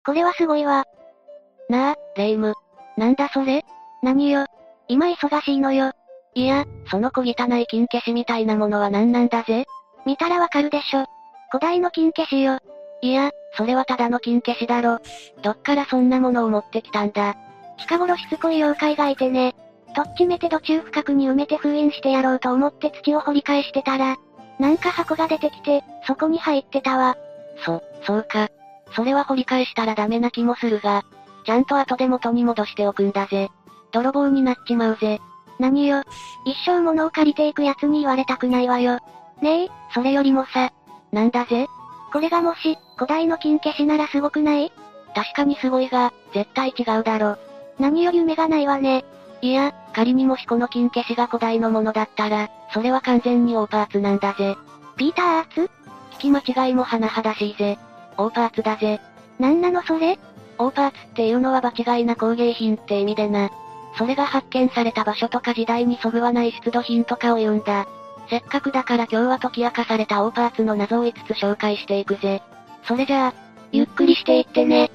これはすごいわ。 なあ、霊夢。なんだそれ？ 何よ。今忙しいのよ。 いや、その小汚い金消しみたいなものは何なんだぜ？ 見たらわかるでしょ。古代の金消しよ。 いや、それはただの金消しだろ。どっからそんなものを持ってきたんだ？ 近頃しつこい妖怪がいてね。とっちめて土中深くに埋めて封印してやろうと思って土を掘り返してたら、なんか箱が出てきて、そこに入ってたわ。 そうか。それは掘り返したらダメな気もするが、ちゃんと後で元に戻しておくんだぜ。泥棒になっちまうぜ。 何よ。一生物を借りていく奴に言われたくないわよ。ねえ、それよりもさ。 なんだぜ？ これがもし、古代の金消しならすごくない？ 確かにすごいが、絶対違うだろ。 何よ夢がないわね。 いや、仮にもしこの金消しが古代のものだったら、それは完全にオーパーツなんだぜ。 ピーターアーツ？ 聞き間違いも甚だしいぜ。オーパーツだぜ。 なんなのそれ？ オーパーツっていうのは場違いな工芸品って意味でな。それが発見された場所とか時代にそぐわない出土品とかを言うんだ。せっかくだから今日は解き明かされたオーパーツの謎を5つ紹介していくぜ。それじゃあ、 ゆっくりしていってね。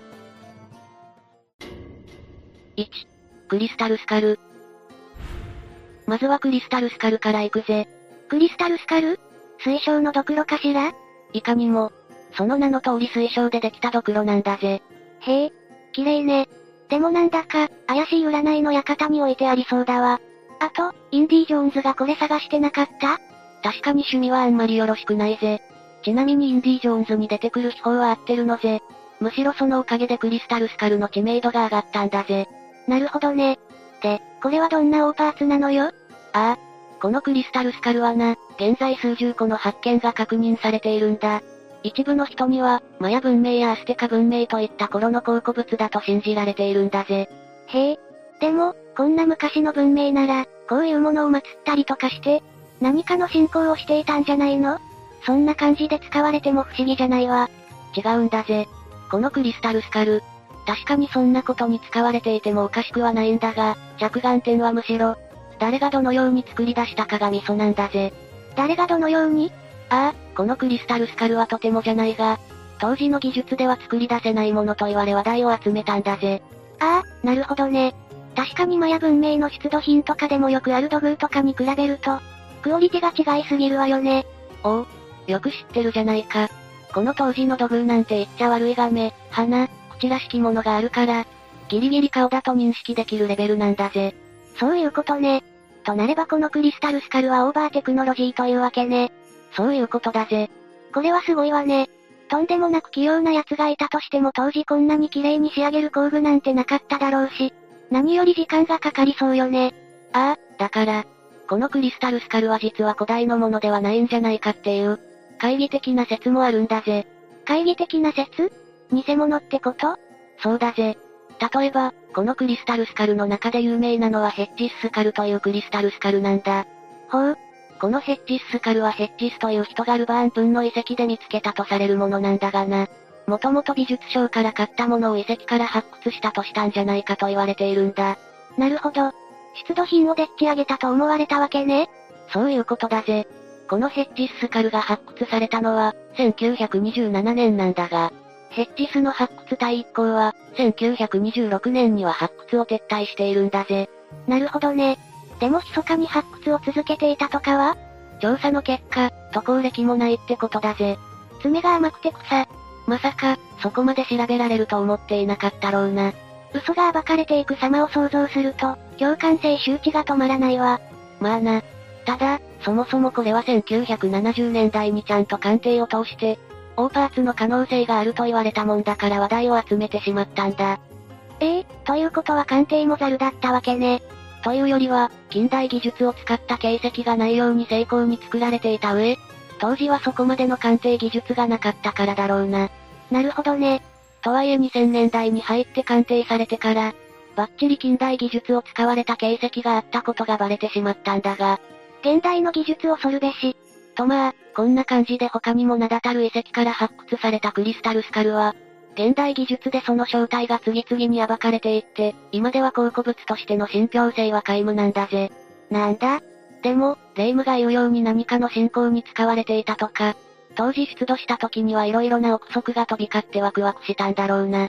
1、クリスタルスカル。まずはクリスタルスカルから行くぜ。 クリスタルスカル？水晶のドクロかしら？ いかにも、その名の通り水晶でできたドクロなんだぜ。 へえ、綺麗ね。でもなんだか、怪しい占いの館に置いてありそうだわ。あと、インディ・ジョーンズがこれ探してなかった？ 確かに趣味はあんまりよろしくないぜ。ちなみにインディ・ジョーンズに出てくる秘宝は合ってるのぜ。むしろそのおかげでクリスタルスカルの知名度が上がったんだぜ。 なるほどね。で、これはどんなオーパーツなのよ？ ああ、このクリスタルスカルはな、現在数十個の発見が確認されているんだ。一部の人には、マヤ文明やアステカ文明といった頃の考古物だと信じられているんだぜ。 へえ。でも、こんな昔の文明なら、こういうものを祀ったりとかして、何かの信仰をしていたんじゃないの？そんな感じで使われても不思議じゃないわ。 違うんだぜ。このクリスタルスカル。確かにそんなことに使われていてもおかしくはないんだが、着眼点はむしろ、誰がどのように作り出したかがミソなんだぜ。 誰がどのように？ ああ、このクリスタルスカルはとてもじゃないが、当時の技術では作り出せないものと言われ話題を集めたんだぜ。 ああ、なるほどね。確かにマヤ文明の出土品とかでもよくある土偶とかに比べると、クオリティが違いすぎるわよね。 おう、よく知ってるじゃないか。この当時の土偶なんて言っちゃ悪いが目、鼻、口らしきものがあるから、ギリギリ顔だと認識できるレベルなんだぜ。 そういうことね。となればこのクリスタルスカルはオーバーテクノロジーというわけね。 そういうことだぜ。 これはすごいわね。とんでもなく器用な奴がいたとしても当時こんなに綺麗に仕上げる工具なんてなかっただろうし、何より時間がかかりそうよね。 ああ、だから、このクリスタルスカルは実は古代のものではないんじゃないかっていう、懐疑的な説もあるんだぜ。 懐疑的な説？偽物ってこと？ そうだぜ。例えば、このクリスタルスカルの中で有名なのはヘッジススカルというクリスタルスカルなんだ。 ほう。 このヘッジススカルはヘッジスという人がルバーン分の遺跡で見つけたとされるものなんだがな。もともと美術商から買ったものを遺跡から発掘したとしたんじゃないかと言われているんだ。 なるほど。出土品をでっち上げたと思われたわけね。 そういうことだぜ。このヘッジススカルが発掘されたのは、1927年なんだが、ヘッジスの発掘隊一行は、1926年には発掘を撤退しているんだぜ。 なるほどね。でも密かに発掘を続けていたとかは？ 調査の結果、渡航歴もないってことだぜ。 爪が甘くて草。 まさか、そこまで調べられると思っていなかったろうな。 嘘が暴かれていく様を想像すると、共感性周知が止まらないわ。 まあな。ただ、そもそもこれは1970年代にちゃんと鑑定を通して、オーパーツの可能性があると言われたもんだから話題を集めてしまったんだ。 ということは鑑定もザルだったわけね。 というよりは、近代技術を使った形跡がないように精巧に作られていた上、当時はそこまでの鑑定技術がなかったからだろうな。 なるほどね。 とはいえ2000年代に入って鑑定されてから、バッチリ近代技術を使われた形跡があったことがバレてしまったんだが、 現代の技術を恐るべし。 とまあ、こんな感じで他にも名だたる遺跡から発掘されたクリスタルスカルは、現代技術でその正体が次々に暴かれていって、今では考古物としての信憑性は皆無なんだぜ。 なんだ？ でも、霊夢が言うように何かの信仰に使われていたとか、当時出土した時には色々な憶測が飛び交ってワクワクしたんだろうな。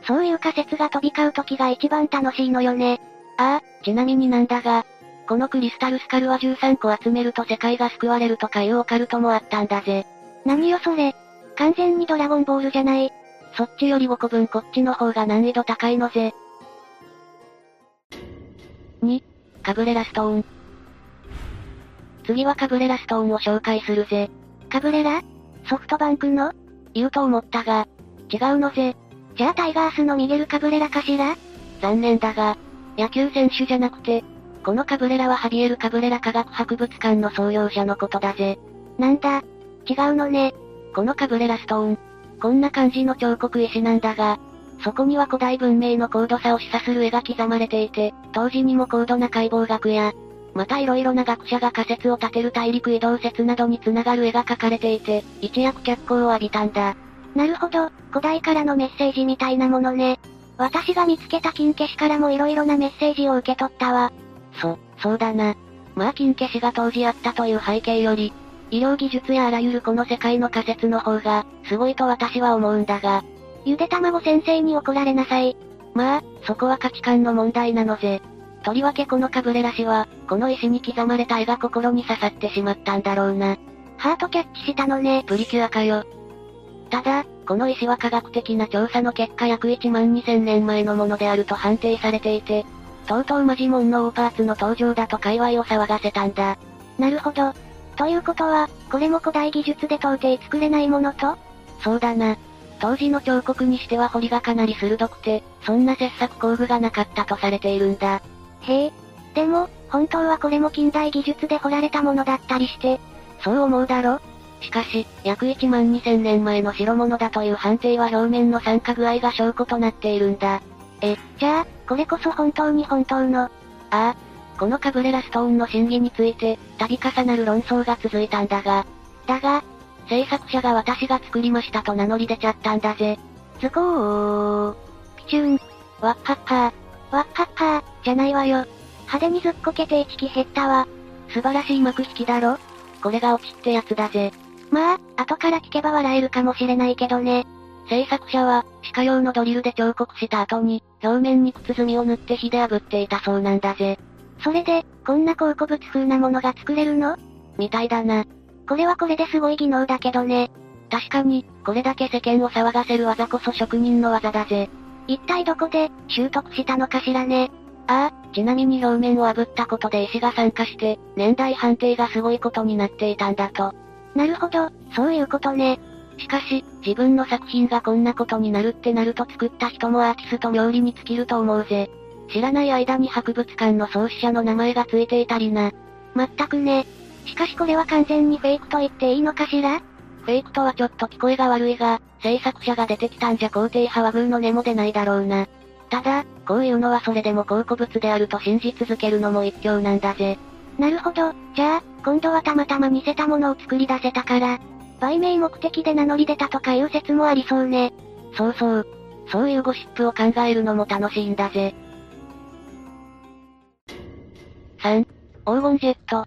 そういう仮説が飛び交う時が一番楽しいのよね。 ああ、ちなみになんだが、このクリスタルスカルは13個集めると世界が救われるとかいうオカルトもあったんだぜ。 何よそれ。完全にドラゴンボールじゃない。 そっちより5個分こっちの方が難易度高いのぜ。2、カブレラストーン。次はカブレラストーンを紹介するぜ。 カブレラ？ソフトバンクの？ 言うと思ったが、違うのぜ。 じゃあタイガースのミゲル・カブレラかしら？ 残念だが、野球選手じゃなくて、このカブレラはハビエル・カブレラ科学博物館の創業者のことだぜ。 なんだ、違うのね。 このカブレラストーン、こんな感じの彫刻石なんだが、そこには古代文明の高度さを示唆する絵が刻まれていて、当時にも高度な解剖学や、また色々な学者が仮説を立てる大陸移動説などに繋がる絵が描かれていて、一躍脚光を浴びたんだ。 なるほど、古代からのメッセージみたいなものね。私が見つけた金消しからも色々なメッセージを受け取ったわ。 そうだな。まあ金消しが当時あったという背景より、医療技術やあらゆるこの世界の仮説の方が、すごいと私は思うんだが。 ゆで卵先生に怒られなさい。 まあ、そこは価値観の問題なのぜ。とりわけこのカブレラ氏は、この石に刻まれた絵が心に刺さってしまったんだろうな。 ハートキャッチしたのね。 プリキュアかよ。ただ、この石は科学的な調査の結果約1万2000年前のものであると判定されていて、とうとうマジモンのオーパーツの登場だと界隈を騒がせたんだ。 なるほど。ということは、これも古代技術で到底作れないものと？ そうだな。当時の彫刻にしては彫りがかなり鋭くて、そんな切削工具がなかったとされているんだ。 へえ。でも、本当はこれも近代技術で彫られたものだったりして。 そう思うだろ？しかし、約1万2000年前の代物だという判定は表面の酸化具合が証拠となっているんだ。 じゃあ、これこそ本当に本当の。 ああ。このカブレラストーンの真偽について、度重なる論争が続いたんだが、制作者が私が作りましたと名乗り出ちゃったんだぜ。 ズコー。ピチューン。 ワッハッハー。ワッハッハー、じゃないわよ。派手にずっこけて1機減ったわ。 素晴らしい幕引きだろ？これがオチってやつだぜ。 まあ、後から聞けば笑えるかもしれないけどね。 制作者は、歯科用のドリルで彫刻した後に、表面に靴墨を塗って火で炙っていたそうなんだぜ。 それで、こんな考古物風なものが作れるの？ みたいだな。 これはこれですごい技能だけどね。 確かに、これだけ世間を騒がせる技こそ職人の技だぜ。 一体どこで、習得したのかしらね。 ああ、ちなみに表面を炙ったことで石が酸化して、年代判定がすごいことになっていたんだと。 なるほど、そういうことね。 しかし、自分の作品がこんなことになるってなると作った人もアーティスト冥利に尽きると思うぜ。知らない間に博物館の創始者の名前がついていたりな。 まったくね。しかしこれは完全にフェイクと言っていいのかしら？ フェイクとはちょっと聞こえが悪いが、制作者が出てきたんじゃ肯定派はグーの根も出ないだろうな。ただ、こういうのはそれでも考古物であると信じ続けるのも一興なんだぜ。 なるほど、じゃあ、今度はたまたま似せたものを作り出せたから、売名目的で名乗り出たとかいう説もありそうね。 そう。そういうゴシップを考えるのも楽しいんだぜ。3、黄金ジェット。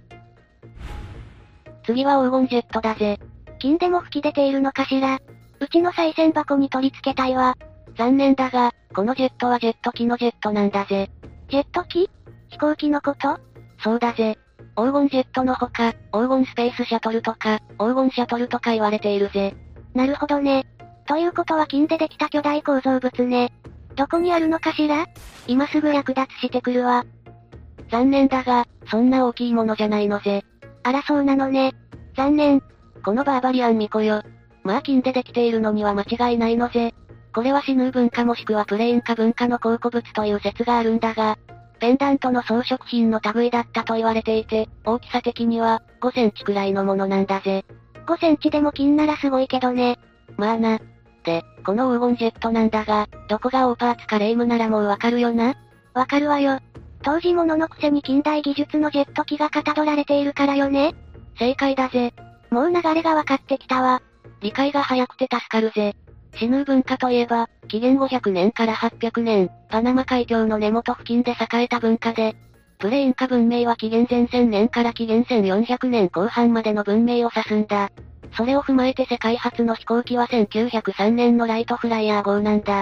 次は黄金ジェットだぜ。 金でも吹き出ているのかしら？うちの賽銭箱に取り付けたいわ。 残念だが、このジェットはジェット機のジェットなんだぜ。 ジェット機？飛行機のこと？ そうだぜ。黄金ジェットのほか、黄金スペースシャトルとか、黄金シャトルとか言われているぜ。 なるほどね。ということは金でできた巨大構造物ね。どこにあるのかしら？今すぐ略奪してくるわ。 残念だが、そんな大きいものじゃないのぜ。 あらそうなのね。残念。 このバーバリアン巫女よ。まあ金でできているのには間違いないのぜ。これはシヌー文化もしくはプレインカ文化の考古物という説があるんだが、ペンダントの装飾品の類だったと言われていて、大きさ的には5センチくらいのものなんだぜ。 5センチでも金ならすごいけどね。 まあな。で、この黄金ジェットなんだが、どこがオーパーツかレイムならもうわかるよな？ わかるわよ。当時もののくせに近代技術のジェット機がかたどられているからよね。 正解だぜ。 もう流れがわかってきたわ。 理解が早くて助かるぜ。シヌー文化といえば、紀元500年から800年、パナマ海峡の根元付近で栄えた文化で、プレインカ文明は紀元前1000年から紀元1400年後半までの文明を指すんだ。それを踏まえて世界初の飛行機は1903年のライトフライヤー号なんだ。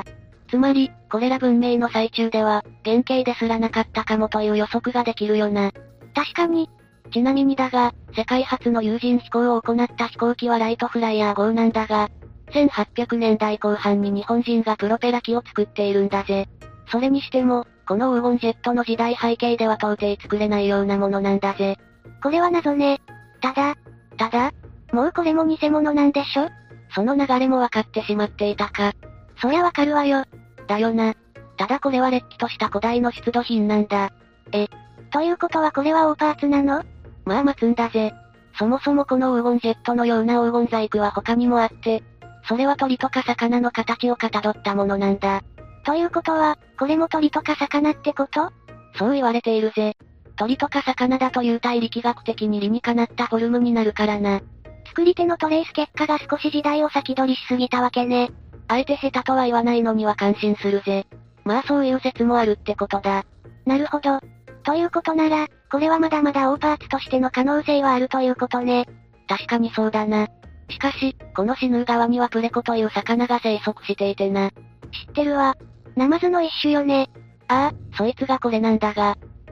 つまり、これら文明の最中では、原型ですらなかったかもという予測ができるよな。 確かに。 ちなみにだが、世界初の有人飛行を行った飛行機はライトフライヤー号なんだが、1800年代後半に日本人がプロペラ機を作っているんだぜ。それにしても、この黄金ジェットの時代背景では到底作れないようなものなんだぜ。 これは謎ね。ただ、もうこれも偽物なんでしょ？ その流れもわかってしまっていたか。 そりゃわかるわよ。 だよな。ただこれはれっきとした古代の出土品なんだ。 ということはこれは大パーツなの？ まあ待つんだぜ。そもそもこの黄金ジェットのような黄金細工は他にもあって、それは鳥とか魚の形をかたどったものなんだ。 ということは、これも鳥とか魚ってこと？ そう言われているぜ。鳥とか魚だという対力学的に理にかなったフォルムになるからな。 作り手のトレース結果が少し時代を先取りしすぎたわけね。 あえて下手とは言わないのには感心するぜ。まあそういう説もあるってことだ。 なるほど。ということなら、これはまだまだ大パーツとしての可能性はあるということね。 確かにそうだな。しかし、このシヌー川にはプレコという魚が生息していてな。 知ってるわ。ナマズの一種よね。 ああ、そいつがこれなんだが。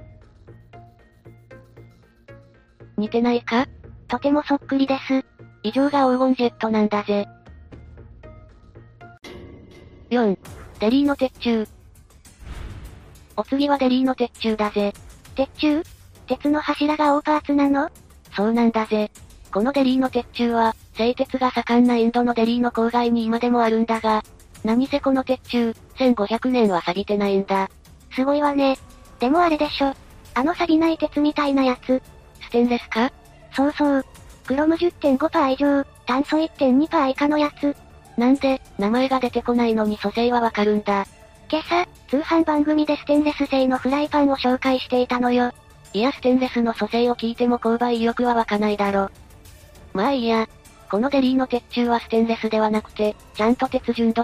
似てないか？ とてもそっくりです。 以上が黄金ジェットなんだぜ。4. デリーの鉄柱。お次はデリーの鉄柱だぜ。 鉄柱？鉄の柱が大パーツなの？ そうなんだぜ。このデリーの鉄柱は、製鉄が盛んなインドのデリーの郊外に今でもあるんだが、何せこの鉄柱、1500年は錆びてないんだ。 すごいわね。でもあれでしょ。錆びない鉄みたいなやつ。 ステンレスか？ そうそう。クロム 10.5% 以上、炭素 1.2% 以下のやつ。 なんで、名前が出てこないのに組成はわかるんだ。 今朝、通販番組でステンレス製のフライパンを紹介していたのよ。 いやステンレスの組成を聞いても購買意欲は湧かないだろ。まあいいや。このデリーの鉄柱はステンレスではなくて、ちゃんと鉄純度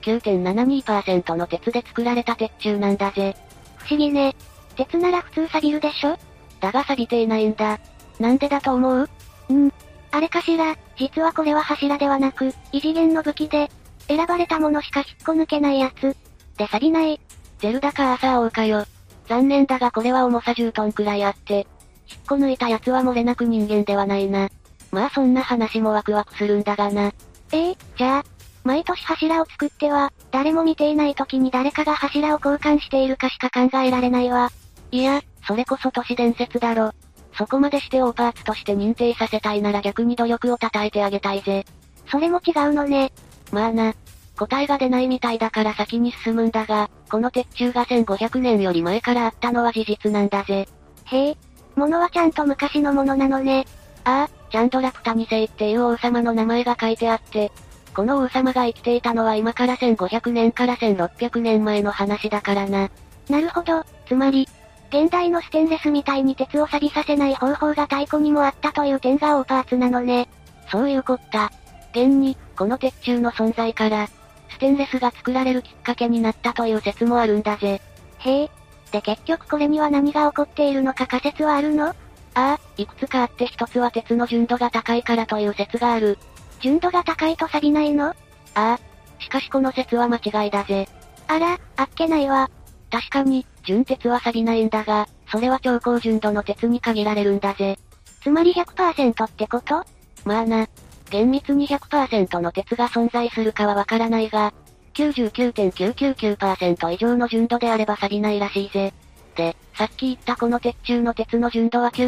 99.72% の鉄で作られた鉄柱なんだぜ。 不思議ね。鉄なら普通錆びるでしょ？ だが錆びていないんだ。なんでだと思う？ あれかしら、実はこれは柱ではなく、異次元の武器で、選ばれたものしか引っこ抜けないやつ。で錆びない。 ゼルダかアーサー王かよ。残念だがこれは重さ10トンくらいあって、引っこ抜いたやつは漏れなく人間ではないな。まあそんな話もワクワクするんだがな。 じゃあ、毎年柱を作っては、誰も見ていない時に誰かが柱を交換しているかしか考えられないわ。 いや、それこそ都市伝説だろ。そこまでして大パーツとして認定させたいなら逆に努力を称えてあげたいぜ。 それも違うのね。 まあな。答えが出ないみたいだから先に進むんだが、この鉄柱が1500年より前からあったのは事実なんだぜ。 へえ。物はちゃんと昔のものなのね。 ああ、チャンドラプタ2世っていう王様の名前が書いてあって、この王様が生きていたのは今から1500年から1600年前の話だからな。 なるほど、つまり、現代のステンレスみたいに鉄を錆びさせない方法が太古にもあったという点が大パーツなのね。 そういうこった。現に、この鉄柱の存在から、ステンレスが作られるきっかけになったという説もあるんだぜ。 へえ。で結局これには何が起こっているのか仮説はあるの？ いくつかあって一つは鉄の純度が高いからという説がある。 純度が高いと錆びないの？ しかしこの説は間違いだぜ。 あら、あっけないわ。 確かに、純鉄は錆びないんだが、それは超高純度の鉄に限られるんだぜ。 つまり 100% ってこと？ まあな。厳密に 100% の鉄が存在するかはわからないが、99.999% 以上の純度であれば錆びないらしいぜ。で、さっき言ったこの鉄柱の鉄の純度は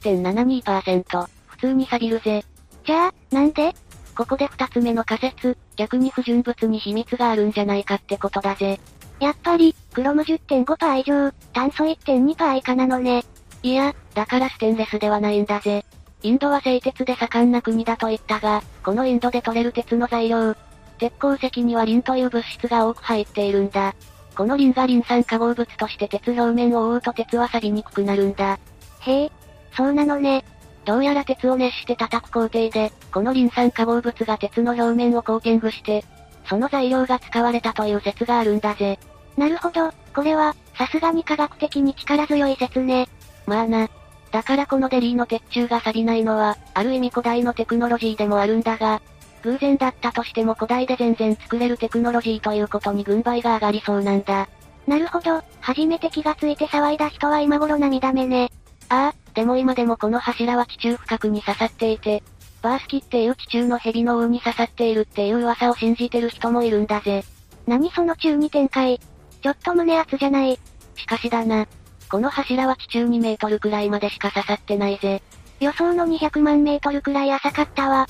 99.72%。普通に錆びるぜ。 じゃあ、なんで？ ここで二つ目の仮説、逆に不純物に秘密があるんじゃないかってことだぜ。 やっぱり、クロム 10.5% 以上、炭素 1.2% 以下なのね。 いや、だからステンレスではないんだぜ。インドは製鉄で盛んな国だと言ったが、このインドで取れる鉄の材料、鉄鉱石にはリンという物質が多く入っているんだ。このリンがリン酸化合物として鉄表面を覆うと鉄は錆びにくくなるんだ。 へえ、そうなのね。 どうやら鉄を熱して叩く工程で、このリン酸化合物が鉄の表面をコーティングして、その材料が使われたという説があるんだぜ。 なるほど、これは、さすがに科学的に力強い説ね。 まあな。だからこのデリーの鉄柱が錆びないのは、ある意味古代のテクノロジーでもあるんだが、 偶然だったとしても古代で全然作れるテクノロジーということに軍配が上がりそうなんだ。 なるほど、初めて気がついて騒いだ人は今頃涙目ね。 ああ、でも今でもこの柱は地中深くに刺さっていて、バースキっていう地中の蛇の尾に刺さっているっていう噂を信じてる人もいるんだぜ。 何その中二展開。ちょっと胸熱じゃない。 しかしだな。この柱は地中2メートルくらいまでしか刺さってないぜ。 予想の200万メートルくらい浅かったわ。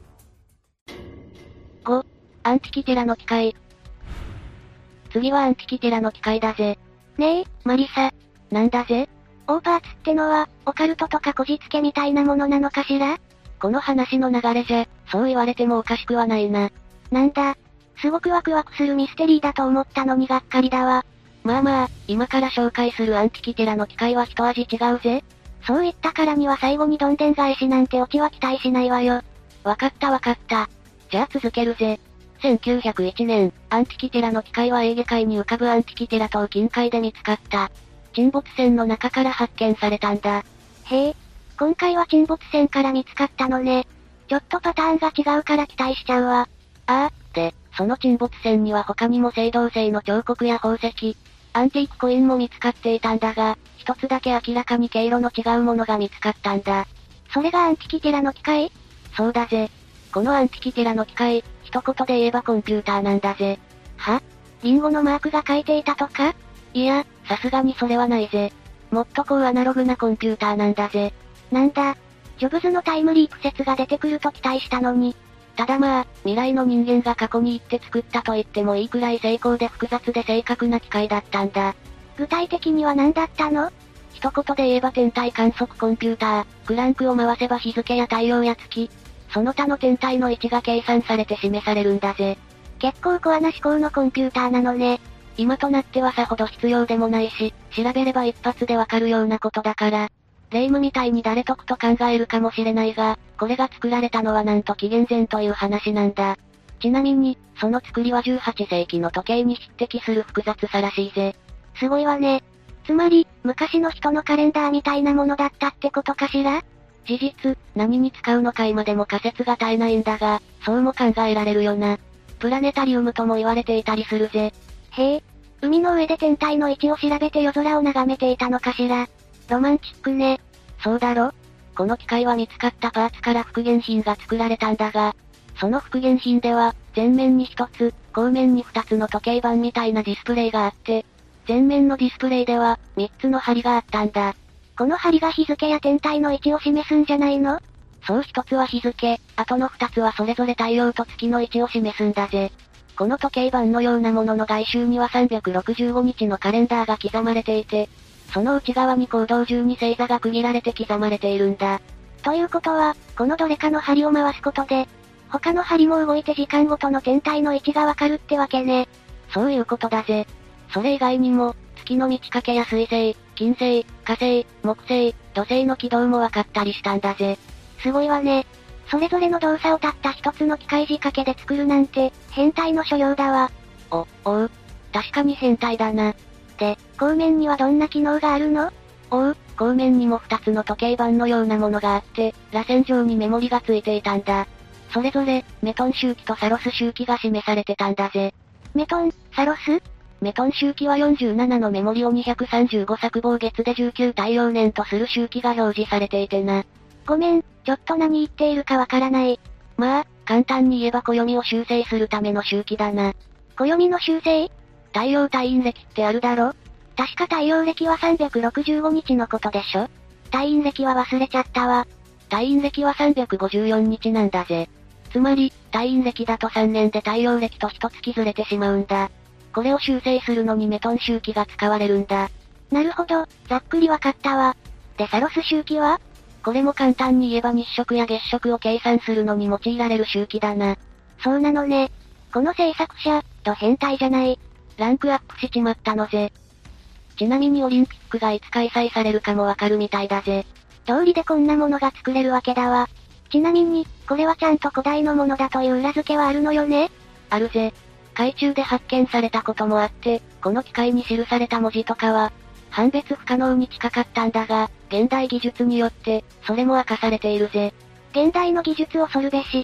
5、アンティキティラの機械。次はアンティキティラの機械だぜ。 ねえ、マリサ。 なんだぜ？ オーパーツってのは、オカルトとかこじつけみたいなものなのかしら？ この話の流れじゃ、そう言われてもおかしくはないな。 なんだ。すごくワクワクするミステリーだと思ったのにがっかりだわ。 まあまあ、今から紹介するアンティキティラの機械は一味違うぜ。 そう言ったからには最後にどんでん返しなんてオチは期待しないわよ。 わかったわかった。じゃあ続けるぜ。1901年、アンティキティラの機械はエーゲ海に浮かぶアンティキティラ島近海で見つかった。沈没船の中から発見されたんだ。 へえ、今回は沈没船から見つかったのね。ちょっとパターンが違うから期待しちゃうわ。 ああ、で、その沈没船には他にも青銅製の彫刻や宝石、アンティークコインも見つかっていたんだが、一つだけ明らかに毛色の違うものが見つかったんだ。 それがアンティキティラの機械？ そうだぜ。このアンティキティラの機械、一言で言えばコンピューターなんだぜ。 は？リンゴのマークが書いていたとか？ いや、さすがにそれはないぜ。もっとこうアナログなコンピューターなんだぜ。 なんだ。ジョブズのタイムリープ説が出てくると期待したのに。 ただまあ、未来の人間が過去に行って作ったと言ってもいいくらい精巧で複雑で正確な機械だったんだ。 具体的には何だったの？ 一言で言えば天体観測コンピューター、クランクを回せば日付や太陽や月、その他の天体の位置が計算されて示されるんだぜ。 結構コアな思考のコンピューターなのね。 今となってはさほど必要でもないし、調べれば一発でわかるようなことだから、霊夢みたいに誰得と考えるかもしれないが、これが作られたのはなんと紀元前という話なんだ。ちなみに、その作りは18世紀の時計に匹敵する複雑さらしいぜ。 すごいわね。つまり、昔の人のカレンダーみたいなものだったってことかしら？ 事実、何に使うのか今でも仮説が絶えないんだが、そうも考えられるよな。プラネタリウムとも言われていたりするぜ。 へえ、海の上で天体の位置を調べて夜空を眺めていたのかしら。ロマンチックね。 そうだろ？この機械は見つかったパーツから復元品が作られたんだが、その復元品では、前面に一つ、後面に二つの時計板みたいなディスプレイがあって、前面のディスプレイでは、三つの針があったんだ。 この針が日付や天体の位置を示すんじゃないの？ そう一つは日付、あとの二つはそれぞれ太陽と月の位置を示すんだぜ。この時計板のようなものの外周には365日のカレンダーが刻まれていて、その内側に行動12星座が区切られて刻まれているんだ。 ということは、このどれかの針を回すことで、他の針も動いて時間ごとの天体の位置がわかるってわけね。 そういうことだぜ。それ以外にも、月の満ち欠けや水星、金星、火星、木星、土星の軌道も分かったりしたんだぜ。 すごいわね。それぞれの動作をたった一つの機械仕掛けで作るなんて、変態の所領だわ。 おう。確かに変態だな。 で、後面にはどんな機能があるの？ 後面にも二つの時計板のようなものがあって、螺旋状にメモリがついていたんだ。それぞれ、メトン周期とサロス周期が示されてたんだぜ。 メトン、サロス？ メトン周期は47のメモリを235作望月で19太陽年とする周期が表示されていてな。 ごめん、ちょっと何言っているかわからない。 まあ、簡単に言えば暦を修正するための周期だな。 暦の修正？ 太陽太陰暦ってあるだろ？ 確か太陽暦は365日のことでしょ？太陰暦は忘れちゃったわ。 太陰暦は354日なんだぜ。つまり、太陰暦だと3年で太陽暦と一月ずれてしまうんだ。これを修正するのにメトン周期が使われるんだ。 なるほど、ざっくりわかったわ。でサロス周期は？ これも簡単に言えば日食や月食を計算するのに用いられる周期だな。 そうなのね。この制作者、変態じゃない。 ランクアップしちまったのぜ。ちなみにオリンピックがいつ開催されるかもわかるみたいだぜ。 道理でこんなものが作れるわけだわ。ちなみに、これはちゃんと古代のものだという裏付けはあるのよね？ あるぜ。海中で発見されたこともあって、この機械に記された文字とかは、判別不可能に近かったんだが、現代技術によって、それも明かされているぜ。 現代の技術恐るべし。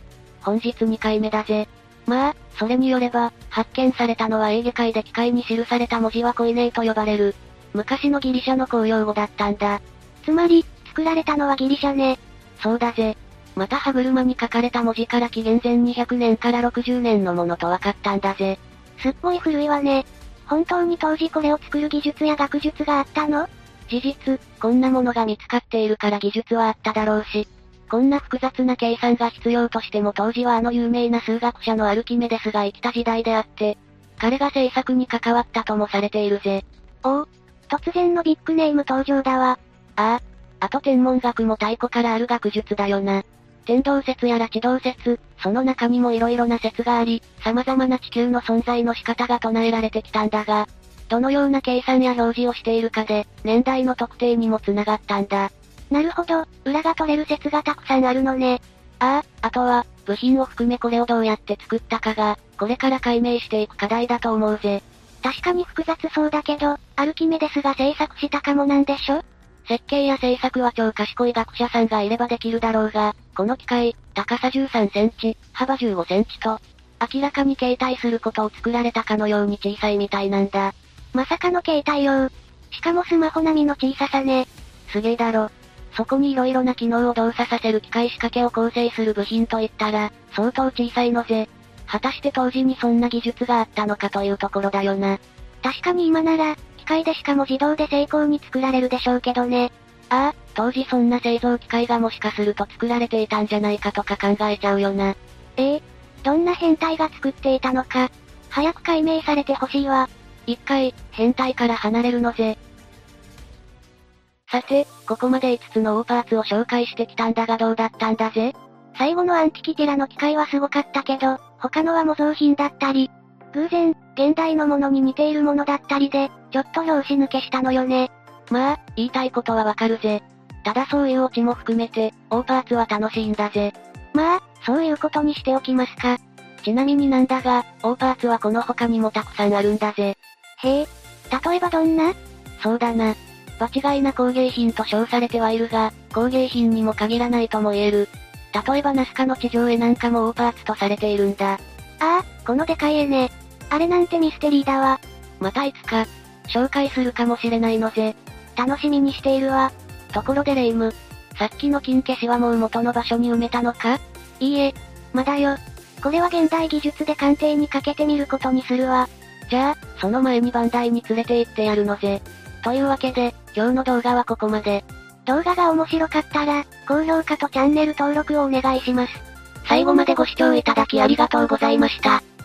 本日2回目だぜ。まあ、それによれば、発見されたのはエーゲ海で機械に記された文字はコイネイと呼ばれる。昔のギリシャの公用語だったんだ。 つまり、作られたのはギリシャね。 そうだぜ。また歯車に書かれた文字から紀元前200年から60年のものと分かったんだぜ。 すっごい古いわね。本当に当時これを作る技術や学術があったの？ 事実、こんなものが見つかっているから技術はあっただろうし、こんな複雑な計算が必要としても当時はあの有名な数学者のアルキメデスが生きた時代であって、彼が制作に関わったともされているぜ。 おお、突然のビッグネーム登場だわ。 ああ、あと天文学も太古からある学術だよな。天動説やら地動説、その中にも色々な説があり、様々な地球の存在の仕方が唱えられてきたんだが、どのような計算や表示をしているかで、年代の特定にも繋がったんだ。 なるほど、裏が取れる説がたくさんあるのね。 あとは、部品を含めこれをどうやって作ったかが、これから解明していく課題だと思うぜ。 確かに複雑そうだけど、アルキメデスが制作したかもなんでしょ？ 設計や製作は超賢い学者さんがいればできるだろうが、この機械、高さ13センチ、幅15センチと、明らかに携帯することを作られたかのように小さいみたいなんだ。 まさかの携帯用。しかもスマホ並みの小ささね。 すげえだろ。そこに色々な機能を動作させる機械仕掛けを構成する部品といったら、相当小さいのぜ。果たして当時にそんな技術があったのかというところだよな。 確かに今なら、機械でしかも自動で精巧に作られるでしょうけどね。 当時そんな製造機械がもしかすると作られていたんじゃないかとか考えちゃうよな。 どんな変態が作っていたのか、早く解明されてほしいわ。 一回、変態から離れるのぜ。さて、ここまで5つの大パーツを紹介してきたんだがどうだったんだぜ？ 最後のアンティキティラの機械はすごかったけど、他のは模造品だったり、偶然、現代のものに似ているものだったりで、ちょっと拍子抜けしたのよね。 まあ、言いたいことはわかるぜ。ただそういうオチも含めて、大パーツは楽しいんだぜ。 まあ、そういうことにしておきますか。 ちなみになんだが、大パーツはこの他にもたくさんあるんだぜ。 へえ、例えばどんな？ そうだな。場違いな工芸品と称されてはいるが、工芸品にも限らないとも言える。例えばナスカの地上絵なんかも大パーツとされているんだ。 このでかい絵ね。あれなんてミステリーだわ。 またいつか、紹介するかもしれないのぜ。 楽しみにしているわ。 ところでレイム、さっきの金消しはもう元の場所に埋めたのか？ いいえ、まだよ。これは現代技術で鑑定にかけてみることにするわ。 じゃあ、その前にバンダイに連れて行ってやるのぜ。というわけで、今日の動画はここまで。 動画が面白かったら、高評価とチャンネル登録をお願いします。 最後までご視聴いただきありがとうございました。